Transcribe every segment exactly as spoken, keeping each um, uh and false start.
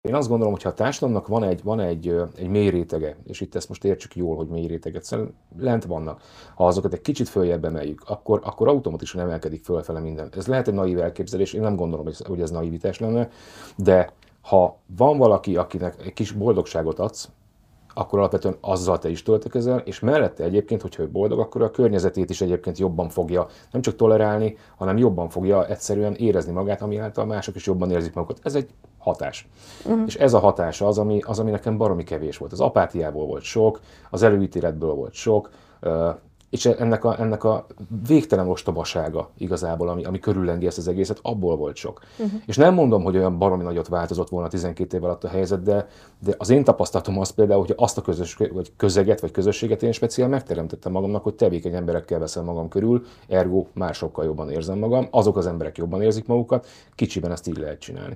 Én azt gondolom, hogy ha a társadalomnak van egy, van egy, egy mély rétege, és itt ezt most értsük jól, hogy mély réteget, szóval lent vannak, ha azokat egy kicsit följebb emeljük, akkor, akkor automatikusan emelkedik fölfele minden. Ez lehet egy naív elképzelés, én nem gondolom, hogy ez, hogy ez naivitás lenne, de ha van valaki, akinek egy kis boldogságot adsz, akkor alapvetően azzal te is töltekezel, és mellette egyébként, hogyha ő boldog, akkor a környezetét is egyébként jobban fogja nem csak tolerálni, hanem jobban fogja egyszerűen érezni magát, ami által mások is jobban érzik magukat. Ez egy hatás. Uh-huh. És ez a hatás az ami, az, ami nekem baromi kevés volt. Az apátiából volt sok, az előítéletből volt sok, és ennek a, ennek a végtelen ostobasága igazából, ami, ami körüllengi ezt az egészet, abból volt sok. Uh-huh. És nem mondom, hogy olyan baromi nagyot változott volna tizenkét év alatt a helyzet, de, de az én tapasztalatom az például, hogy azt a közös, vagy közeget, vagy közösséget én speciál megteremtettem magamnak, hogy tevékeny emberekkel veszem magam körül, ergo már sokkal jobban érzem magam, azok az emberek jobban érzik magukat, kicsiben ezt így lehet csinálni.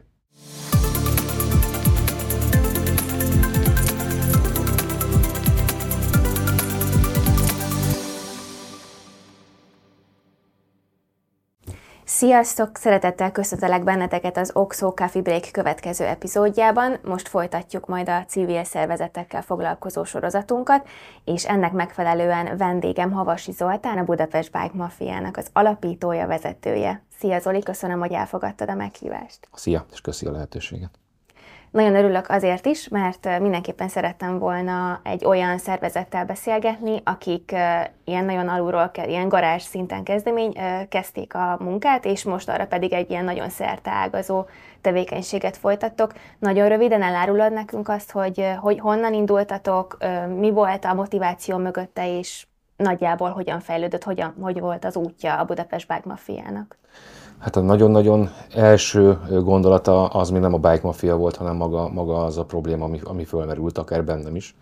Sziasztok! Szeretettel köszöntelek benneteket az Oxo Coffee Break következő epizódjában. Most folytatjuk majd a civil szervezetekkel foglalkozó sorozatunkat, és ennek megfelelően vendégem Havasi Zoltán, a Budapest Bike Mafiának az alapítója, vezetője. Szia Zoli, köszönöm, hogy elfogadtad a meghívást. Szia, és köszi a lehetőséget. Nagyon örülök azért is, mert mindenképpen szerettem volna egy olyan szervezettel beszélgetni, akik ilyen nagyon alulról, ilyen garázs szinten kezdemény kezdték a munkát, és most arra pedig egy ilyen nagyon szerteágazó tevékenységet folytattok. Nagyon röviden elárulod nekünk azt, hogy, hogy honnan indultatok, mi volt a motiváció mögötte, és nagyjából hogyan fejlődött, hogyan, hogy volt az útja a Budapest Bike Mafiának? Hát a nagyon-nagyon első gondolata az még nem a Bike Mafia volt, hanem maga, maga az a probléma, ami, ami fölmerült, akár bennem is.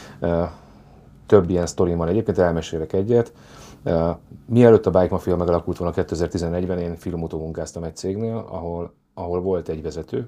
Több ilyen sztorim van egyébként, elmesélek egyet. Mielőtt a Bike Mafia megalakult volna kétezer-tizenegyben, én filmautómunkáztam egy cégnél, ahol, ahol volt egy vezető,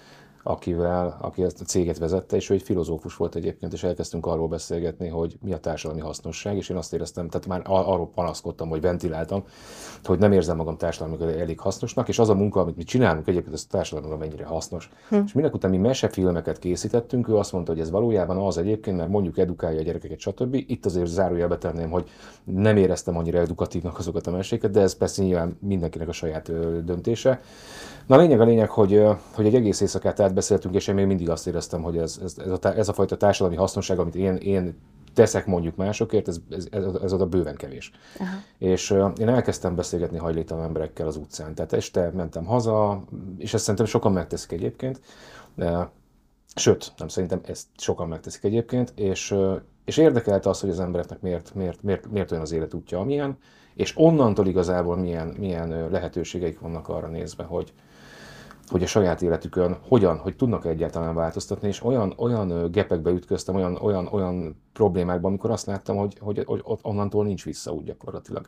akivel, aki ezt a céget vezette, és ő egy filozófus volt egyébként, és elkezdtünk arról beszélgetni, hogy mi a társadalmi hasznosság, és én azt éreztem, tehát már arról panaszkodtam, vagy ventiláltam, hogy nem érzem magam társadalmilag elég hasznosnak, és az a munka, amit mi csinálunk egyébként, ez társadalmilag mennyire hasznos. Hm. És minek után mi mesefilmeket készítettünk, ő azt mondta, hogy ez valójában az egyébként, mert mondjuk edukálja a gyerekeket, stb. Itt azért zárójelbe tenném, hogy nem éreztem annyira edukatívnak azokat a meséket, de ez persze nyilván mindenkinek a saját döntése. Na a lényeg a lényeg, hogy, hogy egy egész éjszakát átbeszéltünk, és én még mindig azt éreztem, hogy ez, ez, ez, a, ez a fajta társadalmi hasznosság, amit én, én teszek mondjuk másokért, ez, ez, ez, ez oda bőven kevés. Aha. És uh, én elkezdtem beszélgetni hajléktalan emberekkel az utcán. Tehát este mentem haza, és ezt szerintem sokan megteszik egyébként. Uh, sőt, nem szerintem ezt sokan megteszik egyébként, és, uh, és érdekelte az, hogy az embereknek miért, miért, miért, miért olyan az életútja, amilyen, és onnantól igazából milyen, milyen lehetőségeik vannak arra nézve, hogy, hogy a saját életükön hogyan, hogy tudnak egyáltalán változtatni, és olyan, olyan gepekbe ütköztem, olyan, olyan, olyan problémákban, amikor azt láttam, hogy, hogy, hogy ott onnantól nincs vissza úgy gyakorlatilag.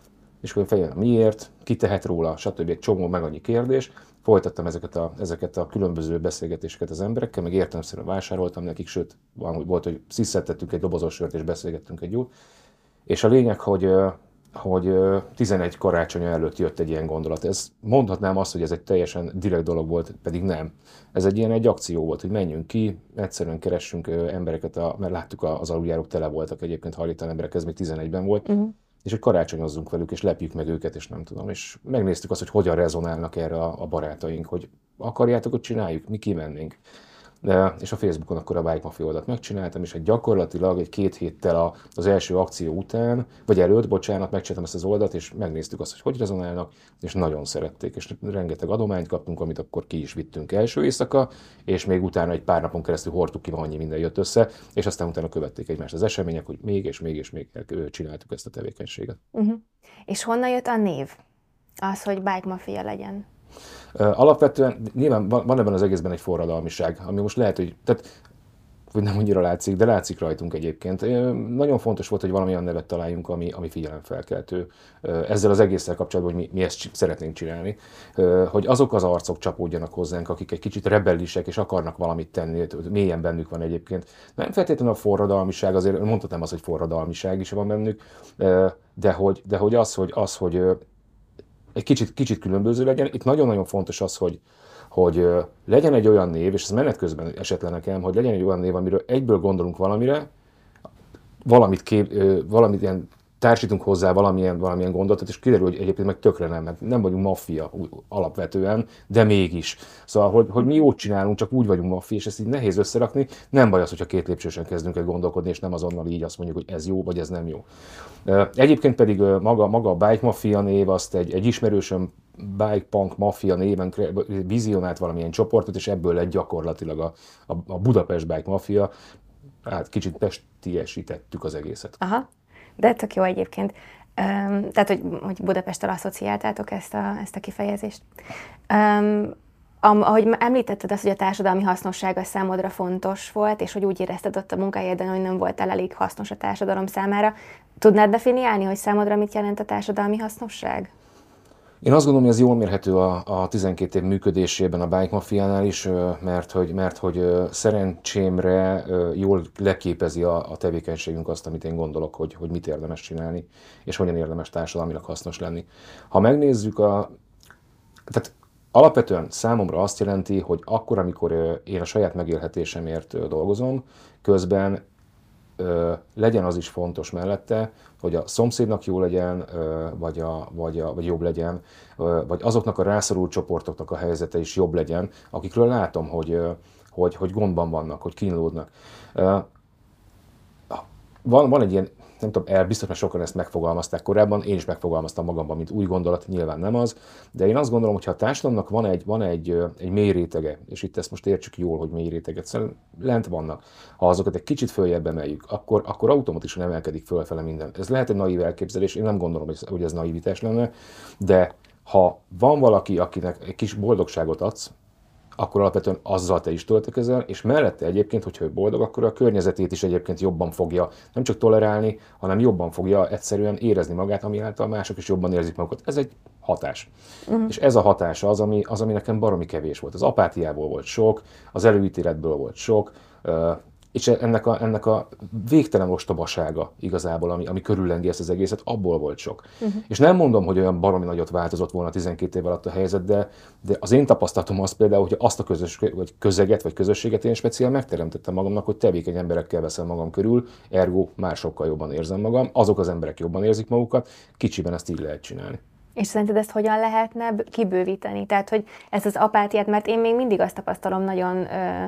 És akkor fejlődöm, miért, ki tehet róla, stb. Egy csomó meg annyi kérdés. Folytattam ezeket a, ezeket a különböző beszélgetéseket az emberekkel, meg értelemszerűen vásároltam nekik, sőt, volt, hogy sziszettettünk egy dobozos sört, és beszélgettünk egy jót. És a lényeg, hogy hogy tizenegy karácsonya előtt jött egy ilyen gondolat. Ez, mondhatnám azt, hogy ez egy teljesen direkt dolog volt, pedig nem. Ez egy ilyen egy akció volt, hogy menjünk ki, egyszerűen keressünk embereket, a, mert láttuk az aluljárók tele voltak egyébként hajléktalan emberek, ez még tizenegyben volt, uh-huh. és hogy karácsonyozzunk velük, és lepjük meg őket, és nem tudom. És megnéztük azt, hogy hogyan rezonálnak erre a, a barátaink, hogy akarjátok, hogy csináljuk, mi kimennénk. De, és a Facebookon akkor a Bike Mafia oldalt megcsináltam, és egy gyakorlatilag egy két héttel a, az első akció után, vagy előtt, bocsánat, megcsináltam ezt az oldalt, és megnéztük azt, hogy hogy rezonálnak, és nagyon szerették, és rengeteg adományt kaptunk, amit akkor ki is vittünk első éjszaka, és még utána egy pár napon keresztül hordtuk ki, annyi minden jött össze, és aztán utána követték egymást az események, hogy még és még és még csináltuk ezt a tevékenységet. Uh-huh. És honnan jött a név? Az, hogy Bike Mafia legyen? Alapvetően nyilván van ebben az egészben egy forradalmiság, ami most lehet, hogy, tehát, hogy nem annyira látszik, de látszik rajtunk egyébként. Nagyon fontos volt, hogy valamilyen nevet találjunk, ami, ami figyelemfelkeltő. Ezzel az egésszel kapcsolatban, hogy mi, mi ezt szeretnénk csinálni. Hogy azok az arcok csapódjanak hozzánk, akik egy kicsit rebellisek és akarnak valamit tenni, mélyen bennük van egyébként. Nem feltétlenül a forradalmiság, azért mondhatnám azt, hogy forradalmiság is van bennük, de hogy, de hogy az, hogy, az, hogy egy kicsit, kicsit különböző legyen. Itt nagyon-nagyon fontos az, hogy, hogy ö, legyen egy olyan név, és ez menet közben esett le nekem, hogy legyen egy olyan név, amiről egyből gondolunk valamire, valamit, kép, ö, valamit ilyen társítunk hozzá valamilyen, valamilyen gondolatot, és kiderül, hogy egyébként meg tökre nem, mert nem vagyunk maffia alapvetően, de mégis. Szóval, hogy, hogy mi jót csinálunk, csak úgy vagyunk maffia, és ezt így nehéz összerakni. Nem baj az, hogyha két lépcsősen kezdünk el gondolkodni, és nem azonnal így azt mondjuk, hogy ez jó, vagy ez nem jó. Egyébként pedig maga, maga a Bike Mafia név, azt egy, egy ismerősöm Bike Punk Mafia néven vizionált valamilyen csoportot, és ebből lett gyakorlatilag a, a, a Budapest Bike Mafia. Hát kicsit pestiesítettük az egészet. Aha. De tök jó egyébként. Um, tehát, hogy, hogy Budapesttel asszociáltátok ezt a, ezt a kifejezést. Um, am, ahogy említetted azt, hogy a társadalmi hasznosság a számodra fontos volt, és hogy úgy érezted ott a munkájában, hogy nem voltál elég hasznos a társadalom számára. Tudnád definiálni, hogy számodra mit jelent a társadalmi hasznosság? Én azt gondolom, hogy ez jól mérhető a, a tizenkét év működésében a Bike Mafiánál is, mert hogy, mert hogy szerencsémre jól leképezi a, a tevékenységünk azt, amit én gondolok, hogy, hogy mit érdemes csinálni, és hogyan érdemes társadalmilag hasznos lenni. Ha megnézzük a... Tehát alapvetően számomra azt jelenti, hogy akkor, amikor én a saját megélhetésemért dolgozom, közben Ö, legyen az is fontos mellette, hogy a szomszédnak jó legyen, ö, vagy, a, vagy, a, vagy jobb legyen, ö, vagy azoknak a rászorult csoportoknak a helyzete is jobb legyen, akikről látom, hogy, ö, hogy, hogy gondban vannak, hogy kínlódnak. Ö, van, van egy ilyen, nem tudom, el, biztos, mert sokan ezt megfogalmazták korábban, én is megfogalmaztam magamban, mint új gondolat, nyilván nem az, de én azt gondolom, hogy ha a társadalomnak van egy, van egy, egy mély rétege, és itt ezt most értsük jól, hogy mély réteget, szóval lent vannak, ha azokat egy kicsit följebb emeljük, akkor, akkor automatikusan emelkedik fölfele minden. Ez lehet egy naív elképzelés, én nem gondolom, hogy ez naivitás lenne, de ha van valaki, akinek egy kis boldogságot adsz, akkor alapvetően azzal te is töltekezel, és mellette egyébként, hogyha ő boldog, akkor a környezetét is egyébként jobban fogja nem csak tolerálni, hanem jobban fogja egyszerűen érezni magát, ami által mások is jobban érzik magukat. Ez egy hatás. Uh-huh. És ez a hatás az, ami, az, ami nekem baromi kevés volt. Az apátiából volt sok, az előítéletből volt sok, és ennek a, ennek a végtelen ostobasága igazából, ami, ami körüllengi ezt az egészet, abból volt sok. Uh-huh. És nem mondom, hogy olyan baromi nagyot változott volna tizenkét év alatt a helyzet, de, de az én tapasztalatom az például, hogy azt a közös, vagy közeget, vagy közösséget én speciál megteremtettem magamnak, hogy tevékeny emberekkel veszem magam körül, ergo már sokkal jobban érzem magam, azok az emberek jobban érzik magukat, kicsiben ezt így lehet csinálni. És szerinted ezt hogyan lehetne kibővíteni? Tehát, hogy ez az apátiát, mert én még mindig azt tapasztalom nagyon... Ö,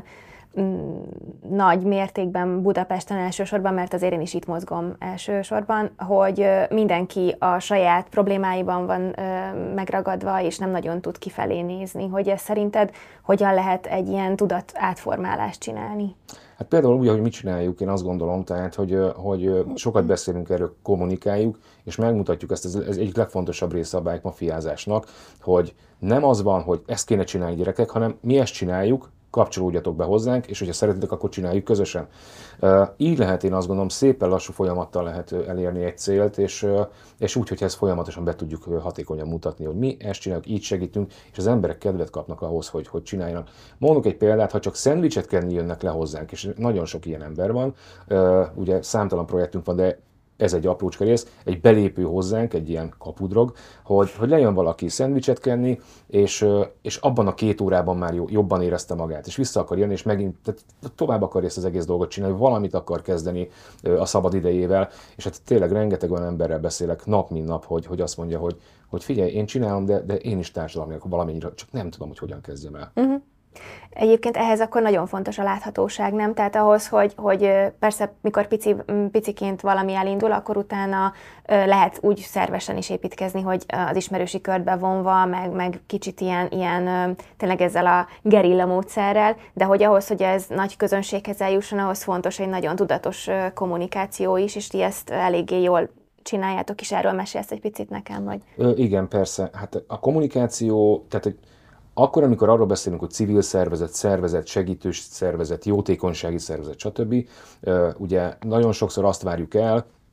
nagy mértékben Budapesten elsősorban, mert azért én is itt mozgom elsősorban, hogy mindenki a saját problémáiban van megragadva, és nem nagyon tud kifelé nézni. Hogy ez szerinted hogyan lehet egy ilyen tudat átformálást csinálni? Hát például úgy, hogy mit csináljuk, én azt gondolom, tehát, hogy, hogy sokat beszélünk erről, kommunikáljuk, és megmutatjuk ezt, ez egyik legfontosabb része a bike mafiázásnak, hogy nem az van, hogy ezt kéne csinálni gyerekek, hanem mi ezt csináljuk, kapcsolódjatok be hozzánk, és hogyha szeretitek, akkor csináljuk közösen. Így lehet, én azt gondolom, szépen lassú folyamattal lehet elérni egy célt, és, és úgy, hogy ezt folyamatosan be tudjuk hatékonyan mutatni, hogy mi ezt csináljuk, így segítünk, és az emberek kedvet kapnak ahhoz, hogy, hogy csináljanak. Mondok egy példát, ha csak szendvicset kenni jönnek le hozzánk, és nagyon sok ilyen ember van, ugye számtalan projektünk van, de ez egy aprócska rész, egy belépő hozzánk, egy ilyen kapudrog, hogy, hogy lejön valaki szendvicset kenni, és, és abban a két órában már jobban érezte magát, és vissza akar jönni, és megint tehát tovább akar ezt az egész dolgot csinálni, valamit akar kezdeni a szabad idejével, és hát tényleg rengeteg olyan emberrel beszélek nap, mint nap, hogy, hogy azt mondja, hogy, hogy figyelj, én csinálom, de, de én is társadalmiak valamennyire, csak nem tudom, hogy hogyan kezdjem el. Uh-huh. Egyébként ehhez akkor nagyon fontos a láthatóság, nem? Tehát ahhoz, hogy, hogy persze mikor pici, piciként valami elindul, akkor utána lehet úgy szervesen is építkezni, hogy az ismerősi körbe vonva, meg, meg kicsit ilyen, ilyen tényleg ezzel a gerilla módszerrel, de hogy ahhoz, hogy ez nagy közönséghez eljusson, ahhoz fontos egy nagyon tudatos kommunikáció is, és ti ezt eléggé jól csináljátok is, erről mesélsz egy picit nekem, vagy? Ö, igen, persze. Hát a kommunikáció, tehát akkor, amikor arról beszélünk, hogy civil szervezet, szervezet, segítős szervezet, jótékonysági szervezet, stb., ugye nagyon sokszor azt várjuk el,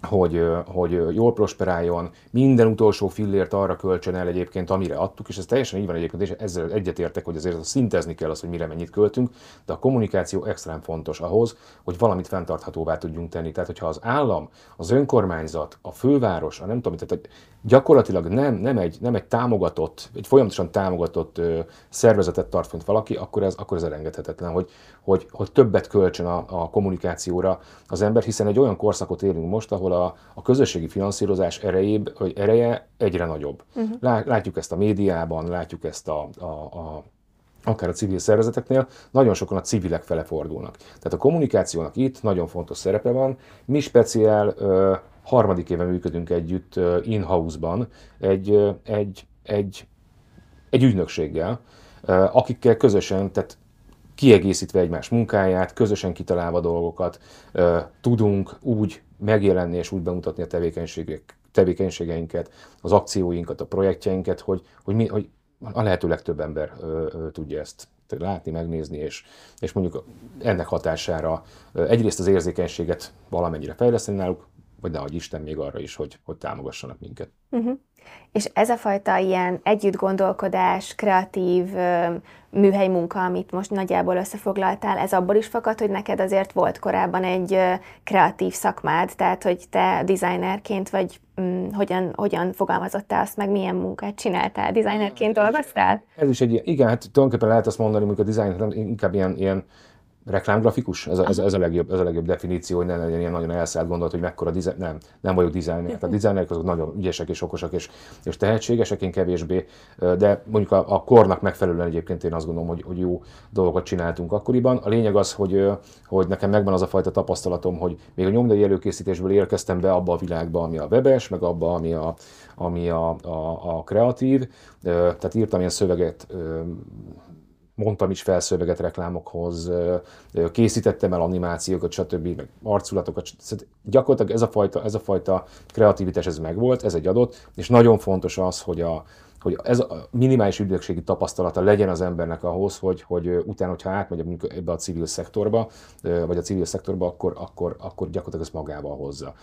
hogy, hogy jól prosperáljon, minden utolsó fillért arra költsön el egyébként, amire adtuk, és ez teljesen így van egyébként, és ezzel egyetértek, hogy azért szintezni kell az, hogy mire mennyit költünk, de a kommunikáció extrém fontos ahhoz, hogy valamit fenntarthatóvá tudjunk tenni. Tehát, hogyha az állam, az önkormányzat, a főváros, a nem tudom, tehát gyakorlatilag nem, nem, egy, nem egy támogatott, egy folyamatosan támogatott ö, szervezetet tart fönt valaki, akkor ez, akkor ez elengedhetetlen, hogy, hogy, hogy többet költsön a, a kommunikációra az ember, hiszen egy olyan korszakot élünk most, ahol a, a közösségi finanszírozás erejébb, vagy ereje egyre nagyobb. Uh-huh. Látjuk ezt a médiában, látjuk ezt a, a, a akár a civil szervezeteknél, nagyon sokan a civilek fele fordulnak. Tehát a kommunikációnak itt nagyon fontos szerepe van. Mi speciál ö, harmadik éve működünk együtt ö, in-house-ban egy, ö, egy, egy, egy ügynökséggel, ö, akikkel közösen, tehát kiegészítve egymás munkáját, közösen kitalálva dolgokat, ö, tudunk úgy megjelenni és úgy bemutatni a tevékenységek, tevékenységeinket, az akcióinkat, a projektjeinket, hogy, hogy, mi, hogy a lehető legtöbb ember ö, ö, tudja ezt látni, megnézni, és, és mondjuk ennek hatására ö, egyrészt az érzékenységet valamennyire fejleszteni náluk, vagy nehogy Isten még arra is, hogy, hogy támogassanak minket. Uh-huh. És ez a fajta ilyen együttgondolkodás, kreatív ö, műhely munka, amit most nagyjából összefoglaltál, ez abból is fakad, hogy neked azért volt korábban egy ö, kreatív szakmád, tehát hogy te designerként vagy hm, hogyan, hogyan fogalmazottál azt meg, milyen munkát csináltál? Designerként dolgoztál? Ez is egy ilyen, igen, hát tulajdonképpen lehet azt mondani, hogy a design inkább ilyen, ilyen reklámgrafikus, ez a, ez, ez, a legjobb, ez a legjobb definíció, hogy ne legyen ilyen nagyon elszállt gondolat, hogy mekkora design, nem, nem vagyok designer. Tehát a designerek azok nagyon ügyesek és okosak és, és tehetségesek, én kevésbé, de mondjuk a, a kornak megfelelően egyébként én azt gondolom, hogy, hogy jó dolgokat csináltunk akkoriban. A lényeg az, hogy, hogy nekem megvan az a fajta tapasztalatom, hogy még a nyomdai előkészítésből érkeztem be abba a világba, ami a webes, meg abba, ami a, ami a, a, a kreatív. Tehát írtam ilyen szöveget, mondtam is felszöveget reklámokhoz, készítettem el animációkat, stb., meg arculatokat. Gyakorlatilag ez a fajta, ez a fajta kreativitás ez megvolt, ez egy adott, és nagyon fontos az, hogy, a, hogy ez a minimális ügynökségi tapasztalata legyen az embernek ahhoz, hogy, hogy utána, hogyha átmegy ebbe a civil szektorba, vagy a civil szektorba, akkor, akkor, akkor gyakorlatilag ezt magával hozza.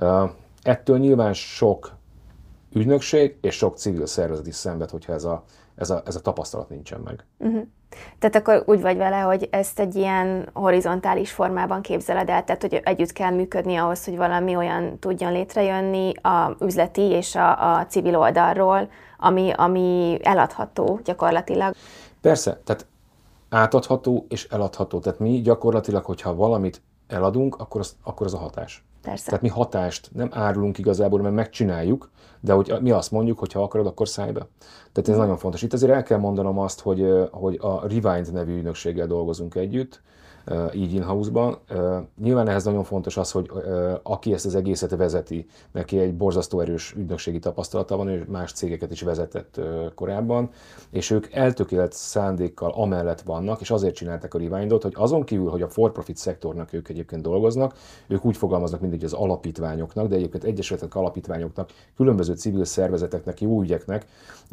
Ettől nyilván sok ügynökség és sok civil szervezet is szenved, hogyha ez a, ez a, ez a tapasztalat nincsen meg. Uh-huh. Tehát akkor úgy vagy vele, hogy ezt egy ilyen horizontális formában képzeled el, tehát hogy együtt kell működni ahhoz, hogy valami olyan tudjon létrejönni a üzleti és a, a civil oldalról, ami, ami eladható gyakorlatilag. Persze, tehát átadható és eladható. Tehát mi gyakorlatilag, hogyha valamit eladunk, akkor az, akkor az a hatás. Persze. Tehát mi hatást nem árulunk igazából, mert megcsináljuk, de hogy mi azt mondjuk, hogy ha akarod, akkor szállj be. Tehát ez mm. nagyon fontos. Itt azért el kell mondanom azt, hogy, hogy a Rewind nevű ügynökséggel dolgozunk együtt, így in-house-ban. Nyilván ehhez nagyon fontos az, hogy aki ezt az egészet vezeti, neki egy borzasztó erős ügynökségi tapasztalata van, ő más cégeket is vezetett korábban, és ők eltökélt szándékkal amellett vannak, és azért csinálták a Rewindot, hogy azon kívül, hogy a for-profit szektornak ők egyébként dolgoznak, ők úgy fogalmaznak mindig, az alapítványoknak, de egyébként egyesületek alapítványoknak, különböző civil szervezeteknek, jó ügyeknek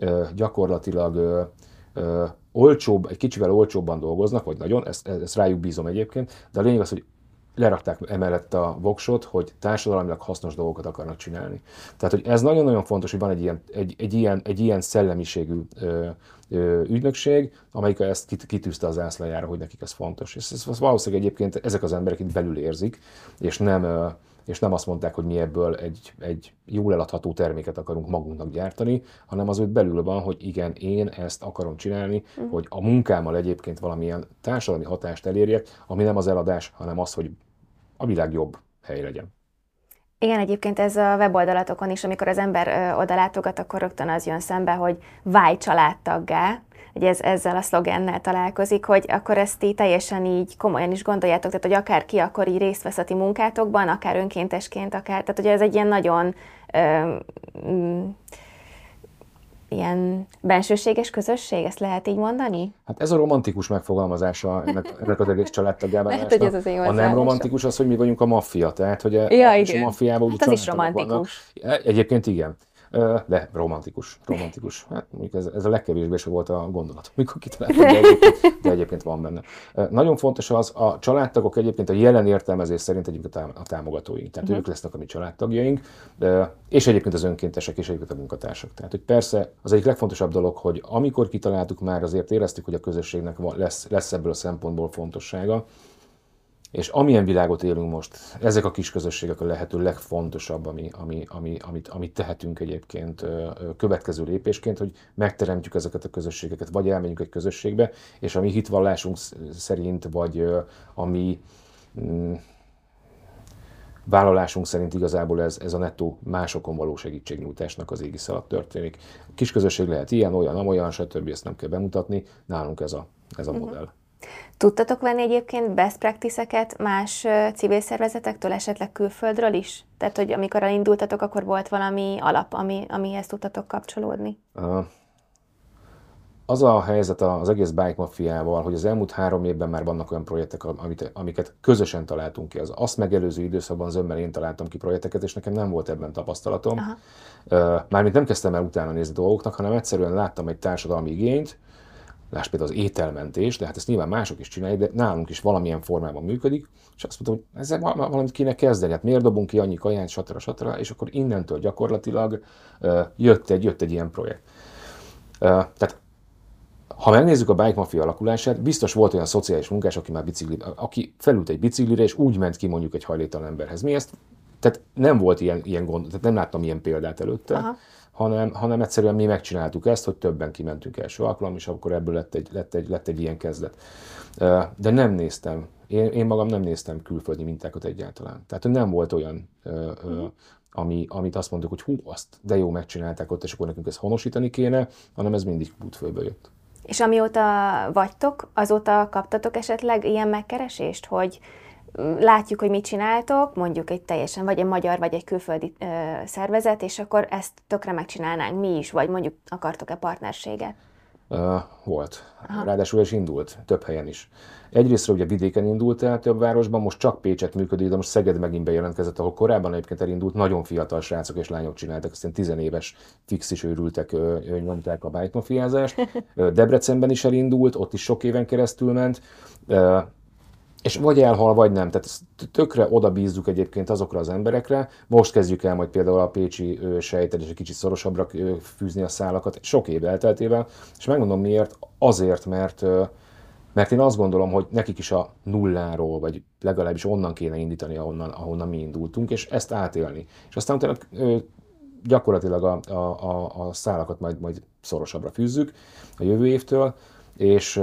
gyakorlatilag Ö, olcsóbb, egy kicsivel olcsóbban dolgoznak, vagy nagyon, ezt, ezt rájuk bízom egyébként, de a lényeg az, hogy lerakták emellett a voksot, hogy társadalmilag hasznos dolgokat akarnak csinálni. Tehát, hogy ez nagyon-nagyon fontos, hogy van egy ilyen, egy, egy ilyen, egy ilyen szellemiségű ö, ö, ügynökség, amelyik ezt kitűzte az zászlajára, hogy nekik ez fontos. És ez, ez valószínűleg egyébként ezek az emberek itt belül érzik, és nem... Ö, és nem azt mondták, hogy mi ebből egy, egy jól eladható terméket akarunk magunknak gyártani, hanem az, hogy belül van, hogy igen, én ezt akarom csinálni, mm. hogy a munkámmal egyébként valamilyen társadalmi hatást elérjek, ami nem az eladás, hanem az, hogy a világ jobb hely legyen. Igen, egyébként ez a weboldalatokon is, amikor az ember oda látogat, akkor rögtön az jön szembe, hogy válj családtaggá, hogy ez, ezzel a szlogennel találkozik, hogy akkor ezt így teljesen így komolyan is gondoljátok, tehát hogy akár ki akkor így részt vesz a ti munkátokban, akár önkéntesként, akár, tehát hogy ez egy ilyen nagyon ö, ö, ilyen bensőséges közösség, ezt lehet így mondani? Hát ez a romantikus megfogalmazása ennek, ennek az egész családtaggáválásnak. A nem romantikus az, hogy mi vagyunk a maffia, tehát hogy ja, a, a maffiában hát az is romantikus. vannak. Egyébként igen. De romantikus, romantikus. Hát mondjuk ez, ez a legkevésbé se volt a gondolat, mikor kitaláltam, de egyébként, de egyébként van benne. Nagyon fontos az, a családtagok egyébként a jelen értelmezés szerint egyébként a támogatóink, tehát uh-huh. ők lesznek a mi családtagjaink, és egyébként az önkéntesek és egyébként a munkatársak. Tehát, hogy persze az egyik legfontosabb dolog, hogy amikor kitaláltuk már, azért éreztük, hogy a közösségnek lesz, lesz ebből a szempontból fontossága, és amilyen világot élünk most, ezek a kis közösségek a lehető legfontosabb, ami, ami, ami, amit, amit tehetünk egyébként következő lépésként, hogy megteremtjük ezeket a közösségeket, vagy elmegyünk egy közösségbe, és a mi hitvallásunk szerint, vagy a mi mm, vállalásunk szerint igazából ez, ez a nettó másokon való segítségnyújtásnak az égisz alatt történik. A kis közösség lehet ilyen, olyan, amolyan, stb. Ezt nem kell bemutatni, nálunk ez a, ez a modell. Uh-huh. Tudtatok venni egyébként best practice-eket más civil szervezetektől, esetleg külföldről is? Tehát, hogy amikor elindultatok, akkor volt valami alap, ami, amihez tudtatok kapcsolódni? Az a helyzet az egész Bike Mafiával, hogy az elmúlt három évben már vannak olyan projektek, amit, amiket közösen találtunk ki. Az azt megelőző időszakban zömmel én találtam ki projekteket, és nekem nem volt ebben tapasztalatom. Aha. Mármint nem kezdtem el utána nézni dolgoknak, hanem egyszerűen láttam egy társadalmi igényt, lásd például az ételmentés, de hát ezt nyilván mások is csinálják, de nálunk is valamilyen formában működik, és azt mondtam, hogy ezzel valamit kéne kezdeni, hát miért dobunk ki annyi kaját, stb. stb. És akkor innentől gyakorlatilag uh, jött, egy, jött egy ilyen projekt. Uh, tehát ha megnézzük a Bike Mafia alakulását, biztos volt olyan szociális munkás, aki már bicikli, aki felült egy biciklire, és úgy ment ki mondjuk egy hajléktalan emberhez. Mi ezt, tehát nem volt ilyen, ilyen gond, tehát nem láttam ilyen példát előtte. Aha. Hanem, hanem egyszerűen mi megcsináltuk ezt, hogy többen kimentünk első alkalom, és akkor ebből lett egy, lett egy, lett egy ilyen kezdet. De nem néztem, én, én magam nem néztem külföldi mintákat egyáltalán. Tehát nem volt olyan, mm. ami, amit azt mondtuk, hogy hú, azt de jó megcsinálták ott, és akkor nekünk ezt honosítani kéne, hanem ez mindig útfőből jött. És amióta vagytok, azóta kaptatok esetleg ilyen megkeresést, hogy látjuk, hogy mit csináltok, mondjuk egy teljesen, vagy egy magyar, vagy egy külföldi ö, szervezet, és akkor ezt tökre megcsinálnánk mi is, vagy mondjuk akartok-e partnerséget? Uh, volt. Aha. Ráadásul is indult, több helyen is. Egyrésztről ugye vidéken indult el több városban, most csak Pécset működik, de most Szeged megint bejelentkezett, ahol korábban egyébként elindult, nagyon fiatal srácok és lányok csináltak, aztán tizenéves fix is őrültek, nyomták a bike mafiázást. Debrecenben is elindult, ott is sok éven keresztül ment. Uh, És vagy elhal, vagy nem. Tehát tökre oda bízzuk egyébként azokra az emberekre. Most kezdjük el majd például a pécsi sejtet és egy kicsit szorosabbra fűzni a szálakat, sok év elteltével. És megmondom miért. Azért, mert, mert én azt gondolom, hogy nekik is a nulláról, vagy legalábbis onnan kéne indítani, ahonnan, ahonnan mi indultunk, és ezt átélni. És aztán utána gyakorlatilag a, a, a, a szálakat majd, majd szorosabbra fűzzük a jövő évtől, és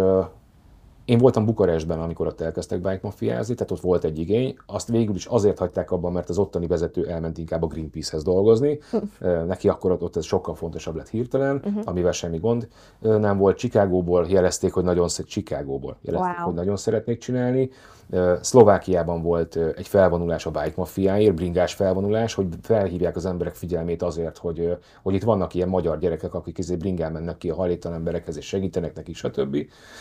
én voltam Bukarestben, amikor ott elkezdtek bike mafiázni, tehát ott volt egy igény. Azt végül is azért hagyták abban, mert az ottani vezető elment inkább a Greenpeace-hez dolgozni. Neki akkor ott ez sokkal fontosabb lett hirtelen, uh-huh. amivel semmi gond nem volt. Chicagóból jelezték, hogy nagyon, Chicagóból jelezték, wow. hogy nagyon szeretnék csinálni. Szlovákiában volt egy felvonulás a bike mafiáért, bringás felvonulás, hogy felhívják az emberek figyelmét azért, hogy, hogy itt vannak ilyen magyar gyerekek, akik izé bringán mennek ki a hajléktalan emberekhez és segítenek nekik, stb.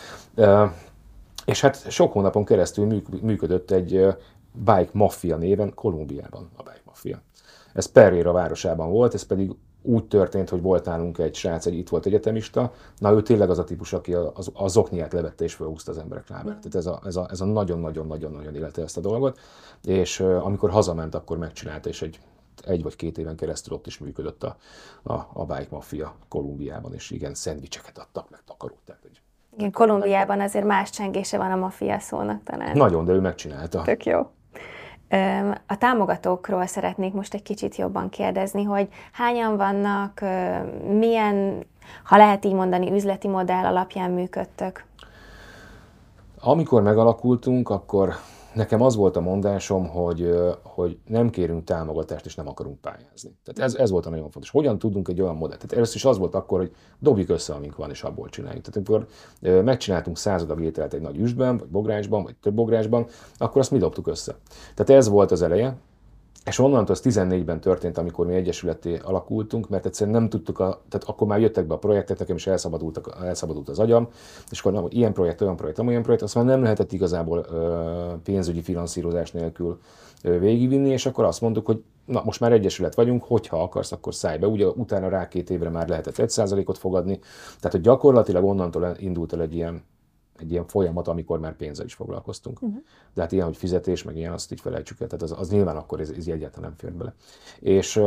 És hát sok hónapon keresztül működött egy bike mafia néven Kolumbiában a bike mafia. Ez Pereira városában volt, ez pedig úgy történt, hogy volt nálunk egy srác, egy itt volt egyetemista, na ő tényleg az a típus, aki a, a, a zokniát levette és felhúzta az emberek lábát. Tehát ez a, ez a, ez a nagyon-nagyon-nagyon-nagyon élte ezt a dolgot, és uh, amikor hazament, akkor megcsinálta, és egy, egy vagy két éven keresztül ott is működött a, a, a bike mafia Kolumbiában, és igen, szendvicseket adtak, meg takarót. Tehát, hogy igen, Kolumbiában azért más csengése van a maffia szónak talán. Nagyon, de ő megcsinálta. Tök jó. A támogatókról szeretnék most egy kicsit jobban kérdezni, hogy hányan vannak, milyen, ha lehet így mondani, üzleti modell alapján működtök? Amikor megalakultunk, akkor nekem az volt a mondásom, hogy, hogy nem kérünk támogatást, és nem akarunk pályázni. Tehát ez, ez volt a nagyon fontos. Hogyan tudunk egy olyan modellt? Tehát először is az volt akkor, hogy dobjuk össze, amink van, és abból csináljuk. Tehát amikor megcsináltunk száz adag ételt egy nagy üstben, vagy bográcsban, vagy több bográcsban, akkor azt mi dobtuk össze. Tehát ez volt az eleje. És onnantól az tizennégyben történt, amikor mi egyesületté alakultunk, mert egyszerűen nem tudtuk, a, tehát akkor már jöttek be a projektek, nekem is elszabadult, elszabadult az agyam, és akkor nem, ilyen projekt, olyan projekt, olyan projekt, azt már nem lehetett igazából ö, pénzügyi finanszírozás nélkül ö, végigvinni, és akkor azt mondtuk, hogy na most már egyesület vagyunk, hogyha akarsz, akkor szállj be. Ugye utána rá két évre már lehetett egy százalékot fogadni, tehát hogy gyakorlatilag onnantól indult el egy ilyen egy ilyen folyamat, amikor már pénzzel is foglalkoztunk. Uh-huh. De hát ilyen, hogy fizetés, meg ilyen, azt így felejtsük el. Tehát az, az nyilván akkor ez, ez egyáltalán nem fér bele. És,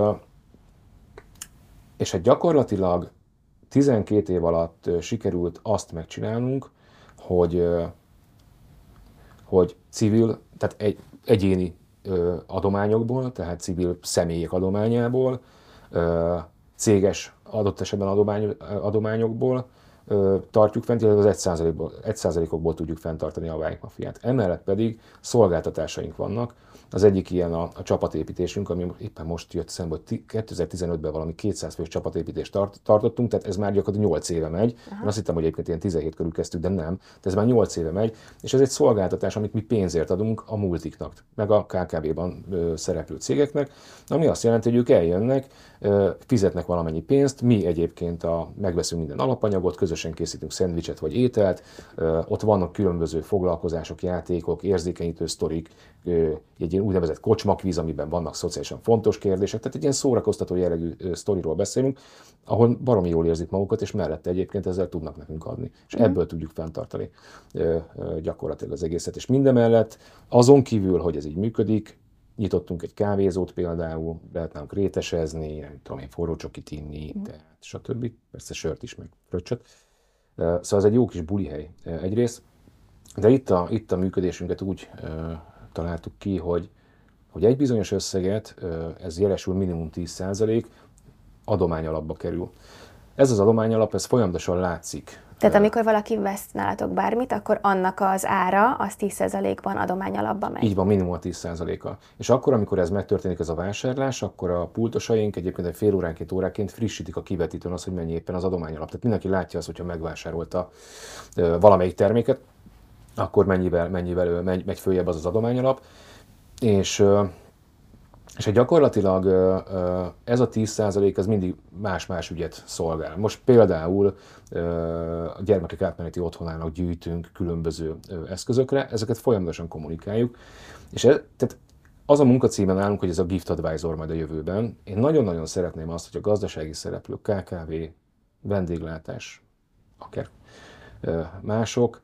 és hát gyakorlatilag tizenkét év alatt sikerült azt megcsinálnunk, hogy, hogy civil, tehát egy, egyéni adományokból, tehát civil személyek adományából, céges adott esetben adomány, adományokból, tartjuk fent, illetve az egy százalékból, egy százalékokból tudjuk fenntartani a Bike Mafiát. Emellett pedig szolgáltatásaink vannak. Az egyik ilyen a, a csapatépítésünk, ami éppen most jött szembe, hogy kétezer-tizenötben valami kétszáz fős csapatépítést tart, tartottunk, tehát ez már gyakorlatilag nyolc éve megy. Aha. Én azt hittem, hogy egyébként ilyen tizenhét körül kezdtük, de nem. De ez már nyolc éve megy, és ez egy szolgáltatás, amit mi pénzért adunk a multiknak, meg a ká ká vé-ban ö, szereplő cégeknek, ami azt jelenti, hogy ők eljönnek, ö, fizetnek valamennyi pénzt, mi egyébként a, megveszünk minden alapanyagot, közösen készítünk szendvicset vagy ételt, ö, ott vannak különböző foglalkozások, játékok, érzékenyítő sztorik, ö, egy ilyen úgynevezett kocsmakvíz, amiben vannak szociálisan fontos kérdések, tehát egy ilyen szórakoztató jellegű sztoriról beszélünk, ahol baromi jól érzik magukat, és mellette egyébként ezzel tudnak nekünk adni. És mm. ebből tudjuk fenntartani gyakorlatilag az egészet. És mindemellett azon kívül, hogy ez így működik, nyitottunk egy kávézót például, lehet nálunk rétesezni, nem tudom én, forró csokit inni, mm. tehát stb. Persze sört is, meg fröccsöt. Szóval ez egy jó kis bulihely egyrészt, de itt a, itt a működésünket úgy találtuk ki, hogy, hogy egy bizonyos összeget, ez jelesül minimum tíz százalék, adományalapba kerül. Ez az adományalap, ez folyamatosan látszik. Tehát amikor valaki vesz nálatok bármit, akkor annak az ára az tíz százalékban adományalapba megy. Így van, minimum a tíz százaléka. És akkor, amikor ez megtörténik, ez a vásárlás, akkor a pultosaink egyébként egy fél óránként, óráként frissítik a kivetítőn azt, hogy mennyi éppen az adományalap. Tehát mindenki látja azt, hogyha megvásárolta valamelyik terméket, akkor mennyivel, mennyivel megy, megy följebb az az adományalap. És, és egy gyakorlatilag ez a tíz százalék az mindig más-más ügyet szolgál. Most például a gyermekek átmeneti otthonának gyűjtünk különböző eszközökre, ezeket folyamatosan kommunikáljuk. És ez, tehát az a munkacímen állunk, hogy ez a Gift Advisor majd a jövőben. Én nagyon-nagyon szeretném azt, hogy a gazdasági szereplők, ká ká vé, vendéglátás, akár mások,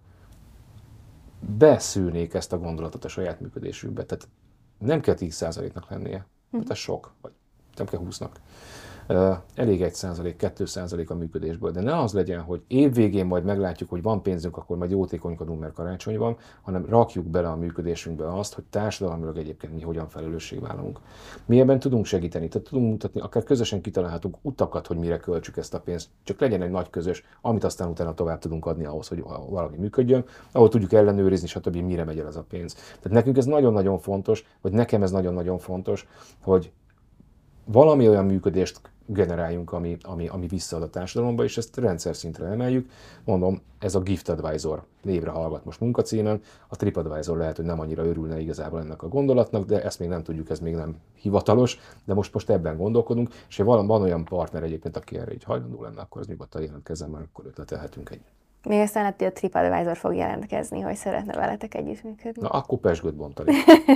beszűrnék ezt a gondolatot a saját működésükbe. Tehát nem kell tíz százaléknak lennie, mert ez sok, vagy nem kell húsznak. Elég egy százalék, kettő százalék a működésből, de ne az legyen, hogy évvégén majd meglátjuk, hogy van pénzünk, akkor majd jótékonykodunk, mert karácsony van, hanem rakjuk bele a működésünkbe azt, hogy társadalmilag egyébként mi hogyan felelősségvállalunk. Mi ebben tudunk segíteni, tehát tudunk mutatni, akár közösen kitalálhatunk utakat, hogy mire költsük ezt a pénzt, csak legyen egy nagy közös, amit aztán utána tovább tudunk adni ahhoz, hogy valami működjön, ahol tudjuk ellenőrizni, stb. Mire megy el ez a pénz. Tehát nekünk ez nagyon-nagyon fontos, vagy nekem ez nagyon-nagyon fontos, hogy valami olyan működést generáljunk, ami, ami, ami visszaad a társadalomba, és ezt rendszer szintre emeljük. Mondom, ez a Gift Advisor névre hallgat most munkacímen. A TripAdvisor lehet, hogy nem annyira örülne igazából ennek a gondolatnak, de ezt még nem tudjuk, ez még nem hivatalos, de most, most ebben gondolkodunk, és ha van, van olyan partner egyébként, aki erre így hajlandó lenne, akkor az nyugodtan jelentkezzen, mert akkor ötletelhetünk egy. Még aztán lehet, hogy a TripAdvisor fog jelentkezni, hogy szeretne veletek együttműködni. Na, akkor pesgőt bontani.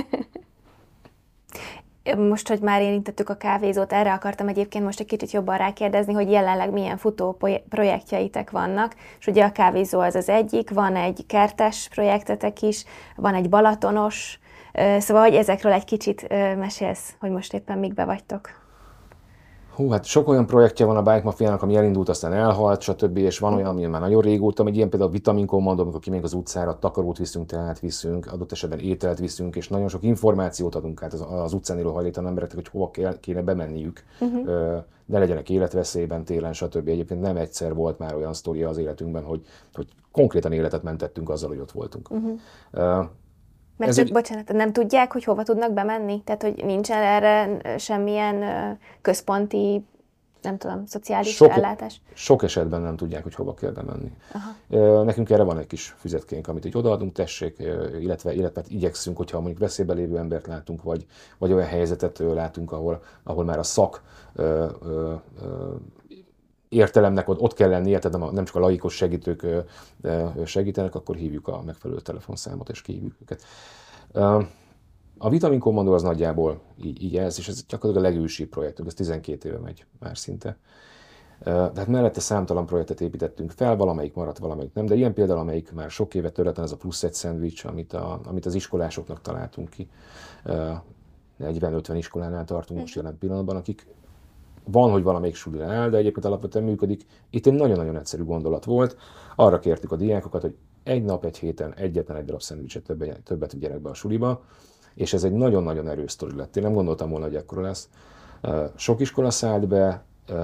Most, hogy már érintettük a kávézót, erre akartam egyébként most egy kicsit jobban rákérdezni, hogy jelenleg milyen futó projektjeitek vannak, és ugye a kávézó az az egyik, van egy kertes projektetek is, van egy balatonos, szóval, hogy ezekről egy kicsit mesélsz, hogy most éppen mikbe vagytok. Hú, hát sok olyan projektje van a Bike Mafiának, ami elindult, aztán elhalt, stb. És van olyan, ami már nagyon régóta, egy ilyen például a Vitamin Commando, amikor kimegyünk az utcára, takarót viszünk, teát viszünk, adott esetben ételt viszünk, és nagyon sok információt adunk át az, az utcán élő hajléktalan embereknek, hogy hova kell, kéne bemenniük, uh-huh. ne legyenek életveszélyben, télen, stb. Egyébként nem egyszer volt már olyan sztoria az életünkben, hogy, hogy konkrétan életet mentettünk azzal, hogy ott voltunk. Uh-huh. Uh, Mert ők, egy... bocsánat, nem tudják, hogy hova tudnak bemenni? Tehát, hogy nincsen erre semmilyen központi nem tudom, szociális sok, ellátás? Sok esetben nem tudják, hogy hova kell bemenni. Aha. Nekünk erre van egy kis füzetkénk, amit így odaadunk, tessék, illetve, illetve igyekszünk, hogyha mondjuk veszélybe lévő embert látunk, vagy, vagy olyan helyzetet látunk, ahol, ahol már a szak ö, ö, ö, értelemnek ott, ott kell lennie, tehát nem csak a laikus segítők segítenek, akkor hívjuk a megfelelő telefonszámot, és kihívjuk őket. A Vitamin Commando az nagyjából így, így ez, és ez gyakorlatilag a legősibb projektünk, ez tizenkét éve megy már szinte. Tehát mellette számtalan projektet építettünk fel, valamelyik maradt, valamelyik nem, de ilyen például, amelyik már sok éve törletlen, ez a plusz egy szendvics, amit, a, amit az iskolásoknak találtunk ki. negyven-ötven iskolánál tartunk most jelen pillanatban, akik van, hogy valamelyik sulira áll, de egyébként alapvetően működik. Itt egy nagyon-nagyon egyszerű gondolat volt. Arra kértük a diákokat, hogy egy nap, egy héten egyetlen egy darab szendvicset többet, többet vigyenek be a suliba, és ez egy nagyon-nagyon erős sztori lett. Én nem gondoltam volna, hogy ekkora lesz. Sok iskola szállt be,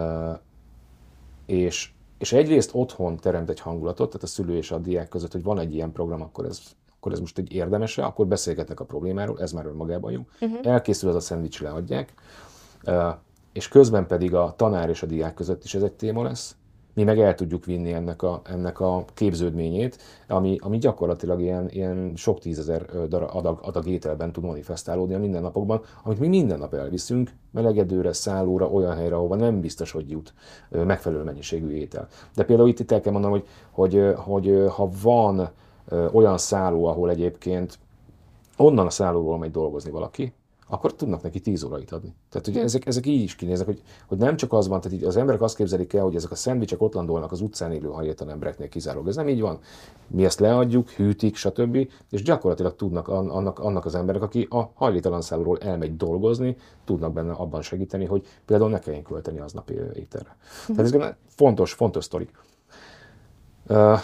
és, és egyrészt otthon teremt egy hangulatot, tehát a szülő és a diák között, hogy van egy ilyen program, akkor ez, akkor ez most egy érdemese, akkor beszélgetnek a problémáról, ez már önmagában jó. Uh-huh. Elkészül az a szendvics, leadják, és közben pedig a tanár és a diák között is ez egy téma lesz. Mi meg el tudjuk vinni ennek a, ennek a képződményét, ami, ami gyakorlatilag ilyen, ilyen sok tízezer adag, adag ételben tud manifestálódni a mindennapokban, amit mi minden nap elviszünk melegedőre, szállóra, olyan helyre, ahova nem biztos, hogy jut megfelelő mennyiségű étel. De például itt, itt el kell mondanom, hogy, hogy, hogy ha van olyan szálló, ahol egyébként onnan a szállóról megy dolgozni valaki, akkor tudnak neki tíz órait adni. Tehát ugye ezek, ezek így is kinéznek, hogy, hogy nem csak az van, tehát így az emberek azt képzelik el, hogy ezek a szendvicsek ott landolnak az utcán élő hajléktalan embereknél kizárólag. Ez nem így van. Mi ezt leadjuk, hűtik, stb. És gyakorlatilag tudnak annak, annak az emberek, aki a hajléktalan szállóról elmegy dolgozni, tudnak benne abban segíteni, hogy például ne kelljen költeni aznap ételre. Tehát ez fontos, fontos sztorik. Uh,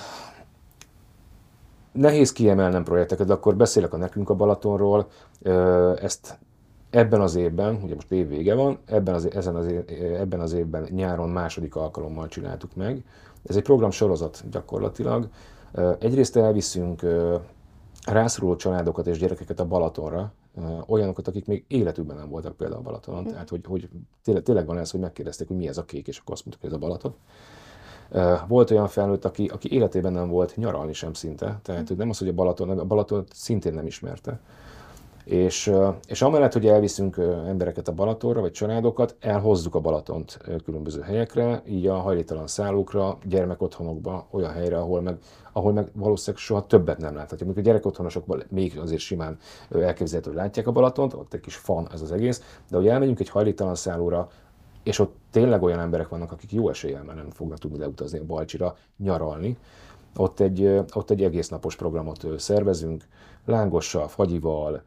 Nehéz kiemelnem projekteket, de akkor beszélek a Nekünk a Balatonról. Ezt ebben az évben, ugye most év vége van, ebben az, ezen az, év, ebben az évben nyáron második alkalommal csináltuk meg. Ez egy program sorozat gyakorlatilag. Egyrészt elviszünk rászoruló családokat és gyerekeket a Balatonra, olyanokat, akik még életükben nem voltak például a Balatonon. Tehát, hogy, hogy tényleg, tényleg van ez, hogy megkérdezték, hogy mi ez a kék, és akkor azt mondtuk, hogy ez a Balaton. Volt olyan felnőtt, aki, aki életében nem volt nyaralni sem szinte, tehát nem az, hogy a Balaton, a Balaton szintén nem ismerte. És, és amellett, hogy elviszünk embereket a Balatonra, vagy családokat, elhozzuk a Balatont különböző helyekre, így a hajléktalan szállókra, gyermekotthonokba, olyan helyre, ahol meg, ahol meg valószínűleg soha többet nem láthatjuk. Amikor a gyerekotthonosokban még azért simán elképzelhető, hogy látják a Balatont, ott egy kis fan ez az egész, de hogy elmegyünk egy hajléktalan szállóra, és ott tényleg olyan emberek vannak, akik jó eséllyel már nem fognak tudni leutazni a Balcsira, nyaralni. Ott egy, ott egy egész napos programot szervezünk, lángossal, fagyival,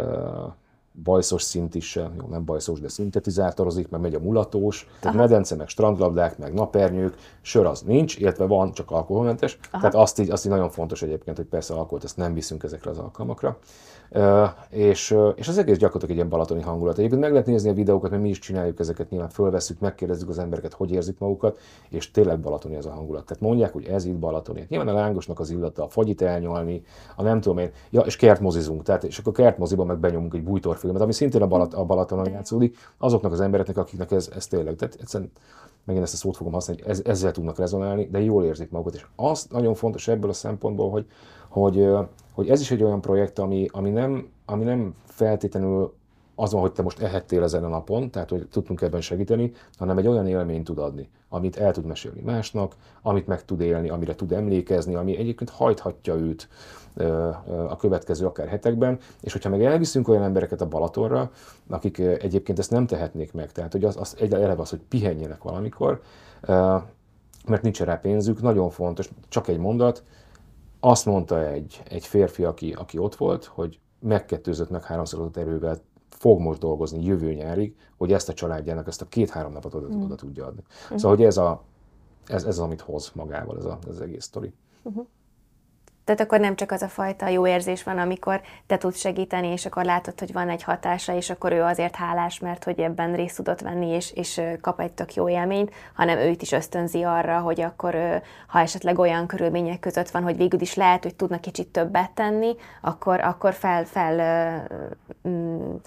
bajszos szint is, jó, nem bajszos, de szintetizátorozik, meg megy a mulatós, tehát medence, meg strandlabdák, meg napernyők, sör az nincs, illetve van, csak alkoholmentes. Aha. Tehát azt így, azt így nagyon fontos egyébként, hogy persze alkoholt ezt nem viszünk ezekre az alkalmakra. Uh, és, uh, és az egész gyakorlatilag egy ilyen balatoni hangulat. Egyébként meg lehet nézni a videókat, mert mi is csináljuk ezeket, nyilván fölvesszük, megkérdezzük az embereket, hogy érzik magukat, és tényleg balatoni ez a hangulat. Tehát mondják, hogy ez itt balatoni. Nyilván a lángosnak az illata, a fagyit elnyalni, a nem tudom én, ja, és kertmozizunk, tehát és akkor kertmoziban meg benyomunk egy bújtorfilmet, ami szintén a, Balat, a Balatonon játszódik, azoknak az embereknek, akiknek ez, ez tényleg, tehát egyszerűen megint ezt a szót fogom használni, hogy ez, ezzel tudnak rezonálni, de jól érzik magukat. És az nagyon fontos ebből a szempontból, hogy, hogy, hogy ez is egy olyan projekt, ami, ami, nem, ami nem feltétlenül az van, hogy te most ehettél ezen a napon, tehát hogy tudtunk ebben segíteni, hanem egy olyan élményt tud adni, amit el tud mesélni másnak, amit meg tud élni, amire tud emlékezni, ami egyébként hajthatja őt a következő akár hetekben, és hogyha meg elviszünk olyan embereket a Balatonra, akik egyébként ezt nem tehetnék meg, tehát hogy az, az egy eleve az, hogy pihenjenek valamikor, mert nincs rá pénzük, nagyon fontos, csak egy mondat, azt mondta egy, egy férfi, aki, aki ott volt, hogy megkettőzött, meg háromszorozott erővel fog most dolgozni jövő nyárig, hogy ezt a családjának ezt a két-három napot oda, mm. oda tudja adni. Mm. Szóval, hogy ez, a, ez, ez az, amit hoz magával ez, a, ez az egész sztori. Uh-huh. Tehát akkor nem csak az a fajta jó érzés van, amikor te tudsz segíteni, és akkor látod, hogy van egy hatása, és akkor ő azért hálás, mert hogy ebben részt tudott venni, és, és kap egy tök jó élményt, hanem őt is ösztönzi arra, hogy akkor, ha esetleg olyan körülmények között van, hogy végül is lehet, hogy tudna kicsit többet tenni, akkor, akkor fel, fel mm,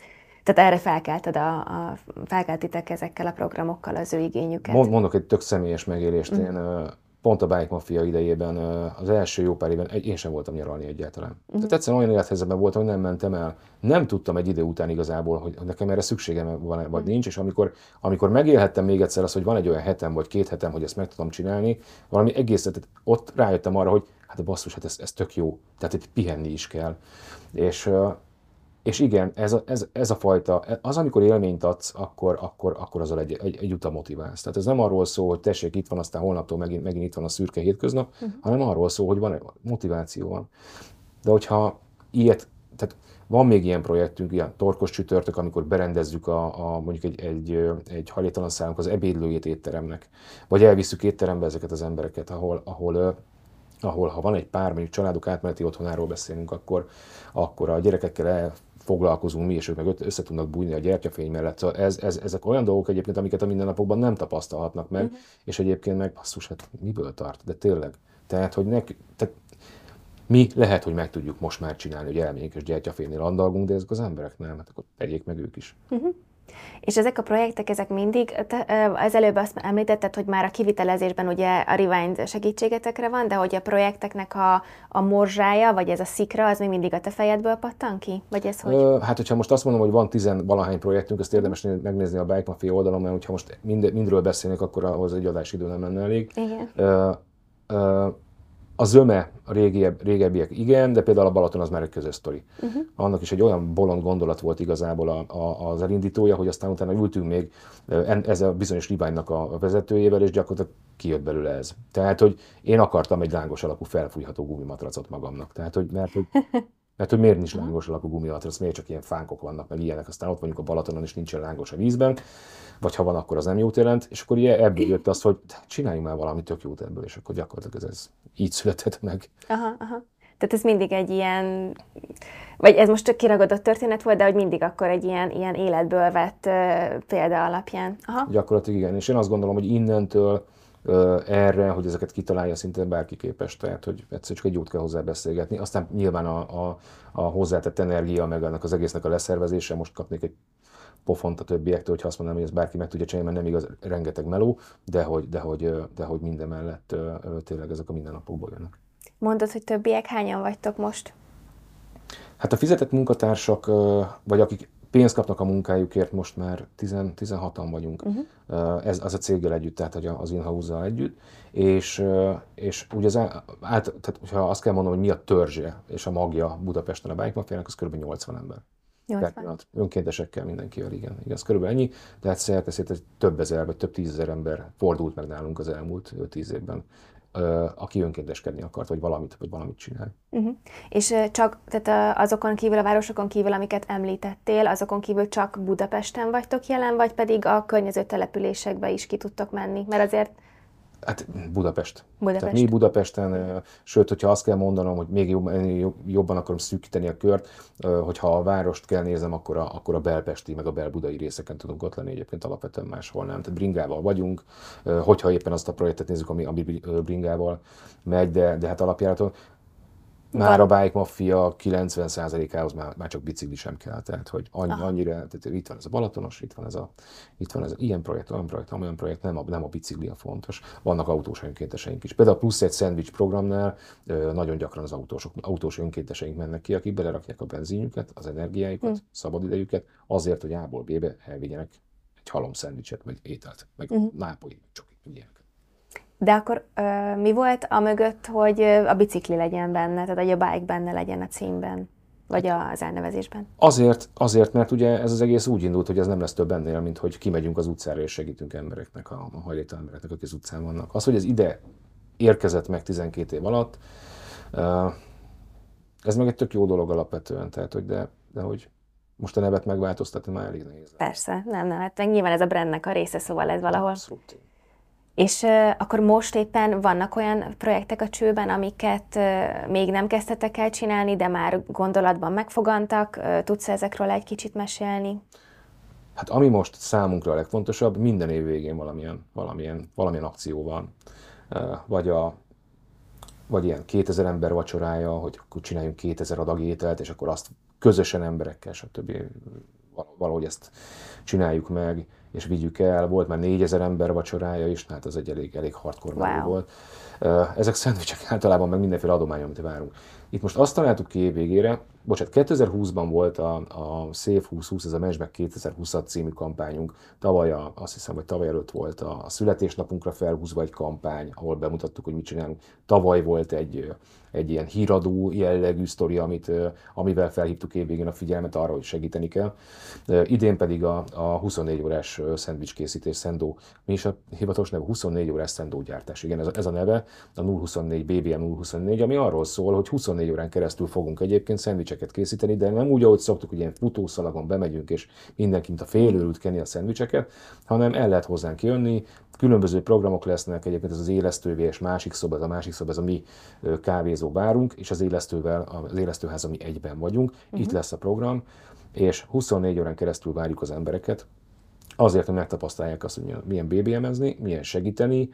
Tehát erre felkelted a, a, felkeltitek ezekkel a programokkal az ő igényüket. Mondok egy tök személyes megélést. Mm. Én pont a Bike Mafia idejében az első jó pár évben én sem voltam nyaralni egyáltalán. Mm. Tehát egyszerűen olyan élethelyzetben voltam, hogy nem mentem el. Nem tudtam egy idő után igazából, hogy nekem erre szükségem van vagy mm. nincs, és amikor, amikor megélhettem még egyszer azt, hogy van egy olyan hetem vagy két hetem, hogy ezt meg tudom csinálni, valami egészet, ott rájöttem arra, hogy hát a basszus, hát ez, ez tök jó. Tehát itt pihenni is kell. És És igen, ez a, ez, ez a fajta, az, amikor élményt adsz, akkor, akkor, akkor azzal egy, egy, egy utam motiválsz. Tehát ez nem arról szól, hogy tessék, itt van, aztán holnaptól megint, megint itt van a szürke hétköznap, uh-huh. hanem arról szól, hogy van motiváció van. De hogyha ilyet, tehát van még ilyen projektünk, ilyen torkos csütörtök, amikor berendezzük a, a mondjuk egy, egy, egy hajléktalan szállunk az ebédlőjét étteremnek, vagy elviszük étterembe ezeket az embereket, ahol, ahol ahol ha van egy pár, mondjuk családok átmeneti otthonáról beszélünk, akkor, akkor a gyerekekkel foglalkozunk mi, és ők meg össze tudnak bújni a gyertyafény mellett. Szóval ez, ez, ezek olyan dolgok egyébként, amiket a mindennapokban nem tapasztalhatnak meg, uh-huh. és egyébként meg, basszus, hát miből tart, de tényleg. Tehát, hogy nek, tehát mi lehet, hogy meg tudjuk most már csinálni, hogy elmegyünk és gyertyafénynél andalgunk, de ezek az emberek nem, hát akkor tegyék meg ők is. Uh-huh. És ezek a projektek, ezek mindig, az előbb azt említetted, hogy már a kivitelezésben ugye a Rewind segítségetekre van, de hogy a projekteknek a, a morzsája, vagy ez a szikra, az még mindig a te fejedből pattan ki? Vagy ez hogy? Ö, hát, hogyha most azt mondom, hogy van tizenvalahány projektünk, ezt érdemes megnézni a Bike Mafia oldalon, mert hogyha most mind, mindről beszélnék, akkor ahhoz egy adásidő nem lenne elég. Igen. Ö, ö, A zöme, a régiebb, régebbiek igen, de például a Balaton az már egy közös sztori. Uh-huh. Annak is egy olyan bolond gondolat volt igazából a, a, az elindítója, hogy aztán utána ültünk még ez a bizonyos Rewindnak a vezetőjével, és gyakorlatilag kijött belőle ez. Tehát, hogy én akartam egy lángos alakú felfújható gumimatracot magamnak. Tehát, hogy, mert, hogy, mert hogy miért nincs lángos alakú gumimatrac, miért csak ilyen fánkok vannak, meg ilyenek, aztán ott vagyunk a Balatonon, és nincsen lángos a vízben, vagy ha van, akkor az nem jót jelent, és akkor ilyen ebből jött az, hogy csináljunk már valami tök jót ebből, és akkor gyakorlatilag ez, ez így született meg. Aha, aha. Tehát ez mindig egy ilyen, vagy ez most csak kiragadott történet volt, de hogy mindig akkor egy ilyen, ilyen életből vett uh, példa alapján. Aha. Gyakorlatilag igen, és én azt gondolom, hogy innentől uh, erre, hogy ezeket kitalálja, szinte bárki képes, tehát hogy egyszer csak egy jót kell hozzá beszélgetni. Aztán nyilván a, a, a hozzátett energia, meg annak az egésznek a leszervezése, most kapnék egy pofont a többiektől, hogyha azt mondanám, hogy ezt bárki meg tudja csinálni, mert nem igaz, rengeteg meló, de hogy, de hogy, de hogy minden mellett tényleg ezek a mindennapokból jönnek. Mondod, hogy többiek, hányan vagytok most? Hát a fizetett munkatársak, vagy akik pénzt kapnak a munkájukért, most már tizenhatan vagyunk. Uh-huh. Ez az a céggel együtt, tehát az in-house-zal együtt. És, és ugye az, át, tehát, ha azt kell mondanom, hogy mi a törzse és a magja Budapesten a Bike Mafiának, az kb. nyolcvan ember. nyolcvan. Önkéntesekkel mindenkivel, igen. igen. Ez körülbelül ennyi, de hát szerteszét egy több ezer vagy több tízezer ember fordult meg nálunk az elmúlt tíz évben, aki önkénteskedni akart, vagy valamit, vagy valamit csinál. Uh-huh. És csak tehát azokon kívül, a városokon kívül, amiket említettél, azokon kívül csak Budapesten vagytok jelen, vagy pedig a környező településekbe is ki tudtok menni? Mert azért Hát Budapest. Budapest. Tehát mi Budapesten, sőt, hogyha azt kell mondanom, hogy még jobban, jobban akarom szűkíteni a kört, hogyha a várost kell nézem, akkor a, akkor a belpesti, meg a belbudai részeken tudunk ott lenni, egyébként alapvetően máshol nem. Tehát bringával vagyunk, hogyha éppen azt a projektet nézzük, ami, ami bringával megy, de, de hát alapjáraton már a Bike Mafia kilencven százalékához már, már csak bicikli sem kell, tehát hogy annyi, annyira, tehát itt van ez a Balatonos, itt van ez a, itt van ez a ilyen projekt, olyan projekt, olyan projekt, nem a, nem a bicikli a fontos. Vannak autós önkénteseink is. Például a plusz egy szendvics programnál nagyon gyakran az autósok, autós önkénteseink mennek ki, akik belerakják a benzinjüket, az energiájukat, hmm. szabadidejüket, azért, hogy A-ból B-be elvigyenek egy halom szendvicset, vagy ételt, meg hmm. nápolyi, csokit, meg ilyenek. De akkor ö, mi volt a mögött, hogy a bicikli legyen benne, tehát hogy a bike benne legyen a címben, vagy az elnevezésben? Azért, azért, mert ugye ez az egész úgy indult, hogy ez nem lesz több ennél, mint hogy kimegyünk az utcára és segítünk embereknek, a, a hajléktalan embereknek, akik az utcán vannak. Az, hogy ez ide érkezett meg tizenkét év alatt, ez meg egy tök jó dolog alapvetően, tehát hogy de, de hogy most a nevet megváltoztatni már elég nehéz. Persze, nem, nem, hát nyilván ez a brandnek a része, szóval ez valahol. Abszolút. És uh, akkor most éppen vannak olyan projektek a csőben, amiket uh, még nem kezdtetek el csinálni, de már gondolatban megfogantak. Uh, tudsz ezekről egy kicsit mesélni? Hát ami most számunkra a legfontosabb, minden év végén valamilyen, valamilyen, valamilyen akció van. Uh, vagy, a, vagy ilyen kétezer ember vacsorája, hogy akkor csináljunk kétezer adag ételt, és akkor azt közösen emberekkel, stb. valahogy ezt csináljuk meg, és vigyük el. Volt már négyezer ember vacsorája is, hát ez egy elég, elég hardcore menü Wow. volt. Ezek szendvicsek általában meg mindenféle adomány, amit várunk. Itt most azt találtuk ki év végére, bocsánat, kétezer-húszban volt a, a Save húsz-húsz, ez a Mentsd meg kétezer-húsz című kampányunk. Tavaly, a, azt hiszem, hogy tavaly előtt volt a, a születésnapunkra felhúzva egy kampány, ahol bemutattuk, hogy mit csinálunk. Tavaly volt egy, egy ilyen híradó jellegű sztori, amit, amivel felhívtuk évvégén a figyelmet arra, hogy segíteni kell. Idén pedig a, a huszonnégy órás szendvicskészítés, Szendó, mi is a hivatalos neve? huszonnégy órás Szendó gyártás. Igen, ez a, ez a neve, a nulla huszonnégy, bé bé em nulla huszonnégy, ami arról szól, hogy huszonnégy órán keresztül fogunk egyébként szendvicseket készíteni, de nem úgy, ahogy szoktuk, hogy ilyen futószalagon bemegyünk, és mindenki mint a félőrült kenni a szendvicseket, hanem el lehet hozzánk jönni, különböző programok lesznek, egyébként ez az élesztővé és másik szoba, ez a másik szoba, ez a mi kávézó bárunk, és az élesztővel, az élesztőház, ami egyben vagyunk, uh-huh. Itt lesz a program, és huszonnégy órán keresztül várjuk az embereket, azért, hogy megtapasztalják azt, hogy milyen bé bé emezni, milyen segíteni,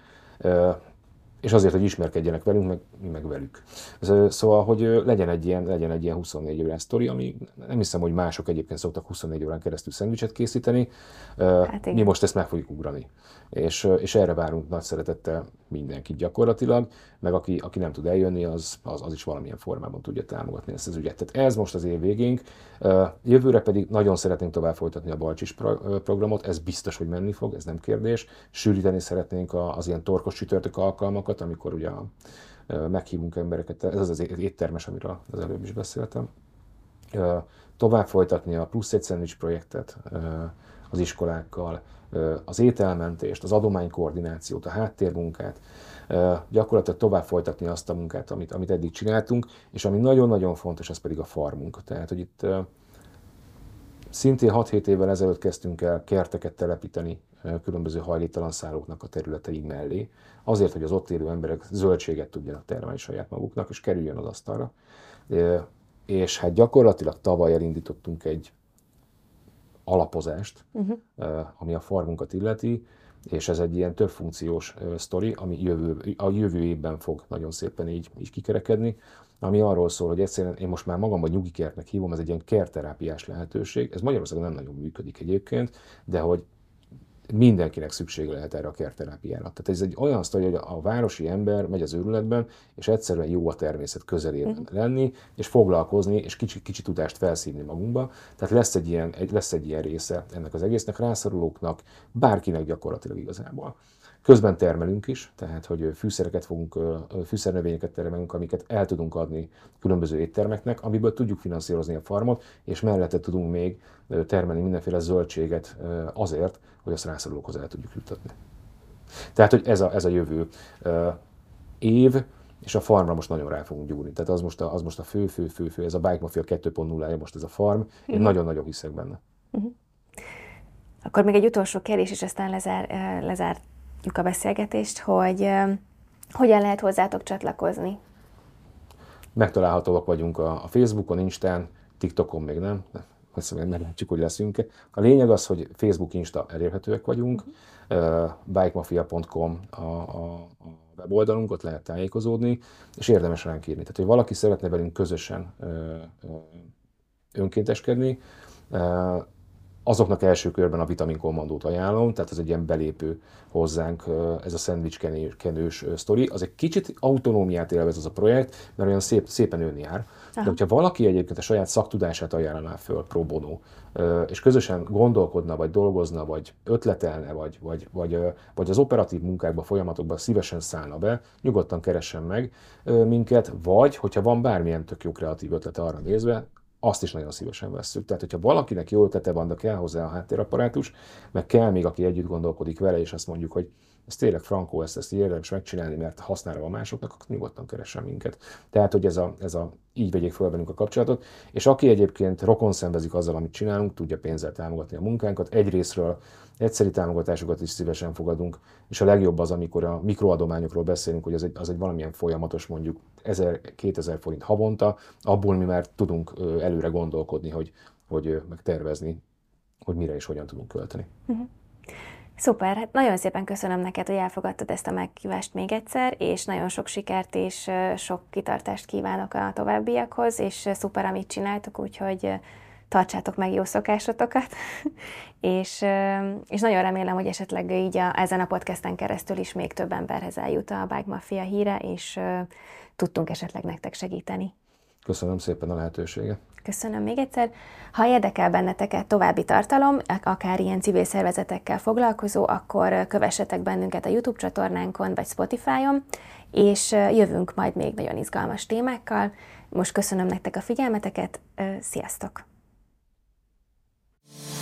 és azért, hogy ismerkedjenek velünk, meg mi meg velük. Szóval, hogy legyen egy ilyen, legyen egy ilyen huszonnégy órás sztori, ami nem hiszem, hogy mások egyébként szoktak huszonnégy órán keresztül szendvicset készíteni. Hát mi most ezt meg fogjuk ugrani. És, és erre várunk nagy szeretettel mindenkit gyakorlatilag, meg aki, aki nem tud eljönni, az, az, az is valamilyen formában tudja támogatni ezt az ügyet. Tehát ez most az év végénk. Jövőre pedig nagyon szeretnénk tovább folytatni a Balcsis programot, ez biztos, hogy menni fog, ez nem kérdés. Sűríteni szeretnénk az ilyen torkos csütörtök alkalmakat, amikor ugye meghívunk embereket, ez az az éttermes, amiről az előbb is beszéltem. Tovább folytatni a plusz egy szendvics projektet az iskolákkal, az ételmentést, az adománykoordinációt, a háttérmunkát, gyakorlatilag tovább folytatni azt a munkát, amit, amit eddig csináltunk, és ami nagyon-nagyon fontos, az pedig a farmunk. Tehát, hogy itt szintén hat-hét évvel ezelőtt kezdtünk el kerteket telepíteni különböző hajléktalan szállóknak a területeink mellé, azért, hogy az ott élő emberek zöldséget tudjanak termelni saját maguknak, és kerüljön az asztalra. És hát gyakorlatilag tavaly elindítottunk egy alapozást, uh-huh. ami a farmunkat illeti, és ez egy ilyen többfunkciós sztori, ami jövő, a jövő évben fog nagyon szépen így, így kikerekedni, ami arról szól, hogy egyszerűen én most már magamban nyugi kertnek hívom, ez egy ilyen kertterápiás lehetőség. Ez Magyarországon nem nagyon működik egyébként, de hogy mindenkinek szüksége lehet erre a kertterápiára. Tehát ez egy olyan sztori, hogy a városi ember megy az őrületben, és egyszerűen jó a természet közelében uh-huh. lenni, és foglalkozni, és kicsi, kicsi tudást felszívni magunkba. Tehát lesz egy, ilyen, egy, lesz egy ilyen része ennek az egésznek, rászorulóknak, bárkinek gyakorlatilag igazából. Közben termelünk is, tehát hogy fűszereket fogunk, fűszernövényeket termelünk, amiket el tudunk adni különböző éttermeknek, amiből tudjuk finanszírozni a farmot, és mellette tudunk még termelni mindenféle zöldséget azért, hogy azt rászorulókhoz el tudjuk juttatni. Tehát, hogy ez a, ez a jövő év, és a farmra most nagyon rá fogunk gyúrni. Tehát az most a, az most a fő, fő, fő, fő, ez a Bike Mafia kettő pont nulla-ja most ez a farm. Én uh-huh. nagyon-nagyon hiszek benne. Uh-huh. Akkor még egy utolsó kérdés, és aztán lezár, lezárjuk a beszélgetést, hogy hogyan lehet hozzátok csatlakozni? Megtalálhatóak vagyunk a, a Facebookon, Instán, TikTokon még nem. Azt mondom, meglátjuk, hogy leszünk-e. A lényeg az, hogy Facebook, Insta elérhetőek vagyunk, uh-huh. bike mafia pont com a, a, a weboldalunk, ott lehet tájékozódni, és érdemes ránk írni. Tehát, hogy valaki szeretne velünk közösen ö, ö, önkénteskedni, ö, azoknak első körben a Vitamin Kommandót ajánlom, tehát ez egy ilyen belépő hozzánk, ez a szendvics kenős sztori. Az egy kicsit autonómiát élvez az a projekt, mert olyan szép, szépen önni jár. Aha. De hogyha valaki egyébként a saját szaktudását ajánlaná föl pro bono, és közösen gondolkodna, vagy dolgozna, vagy ötletelne, vagy, vagy, vagy, vagy az operatív munkákba, folyamatokba szívesen szállna be, nyugodtan keressen meg minket, vagy hogyha van bármilyen tök jó kreatív ötlete arra nézve, azt is nagyon szívesen vesszük. Tehát, hogyha valakinek jó ötlete van, de kell hozzá a háttérapparátus, meg kell még, aki együtt gondolkodik vele, és azt mondjuk, hogy ez tényleg frankó, ezt, ezt érdemes megcsinálni, mert használva van másoknak, akkor nyugodtan keressen minket. Tehát, hogy ez a, ez a így vegyék fel velünk a kapcsolatot, és aki egyébként rokon szenvezik azzal, amit csinálunk, tudja pénzzel támogatni a munkánkat. Egyrészről egyszeri támogatásokat is szívesen fogadunk, és a legjobb az, amikor a mikroadományokról beszélünk, hogy az egy, az egy valamilyen folyamatos, mondjuk ezer-kétezer forint havonta, abból mi már tudunk előre gondolkodni, hogy, hogy megtervezni, hogy mire és hogyan tudunk költeni. Uh-huh. Szuper, hát nagyon szépen köszönöm neked, hogy elfogadtad ezt a meghívást még egyszer, és nagyon sok sikert és sok kitartást kívánok a továbbiakhoz, és szuper, amit csináltok, úgyhogy tartsátok meg jó szokásotokat, és, és nagyon remélem, hogy esetleg így a, ezen a podcasten keresztül is még több emberhez eljut a Bike Mafia híre, és tudtunk esetleg nektek segíteni. Köszönöm szépen a lehetőséget. Köszönöm még egyszer. Ha érdekel benneteket további tartalom, akár ilyen civil szervezetekkel foglalkozó, akkor kövessetek bennünket a YouTube csatornánkon vagy Spotify-on, és jövünk majd még nagyon izgalmas témákkal. Most köszönöm nektek a figyelmeteket, sziasztok!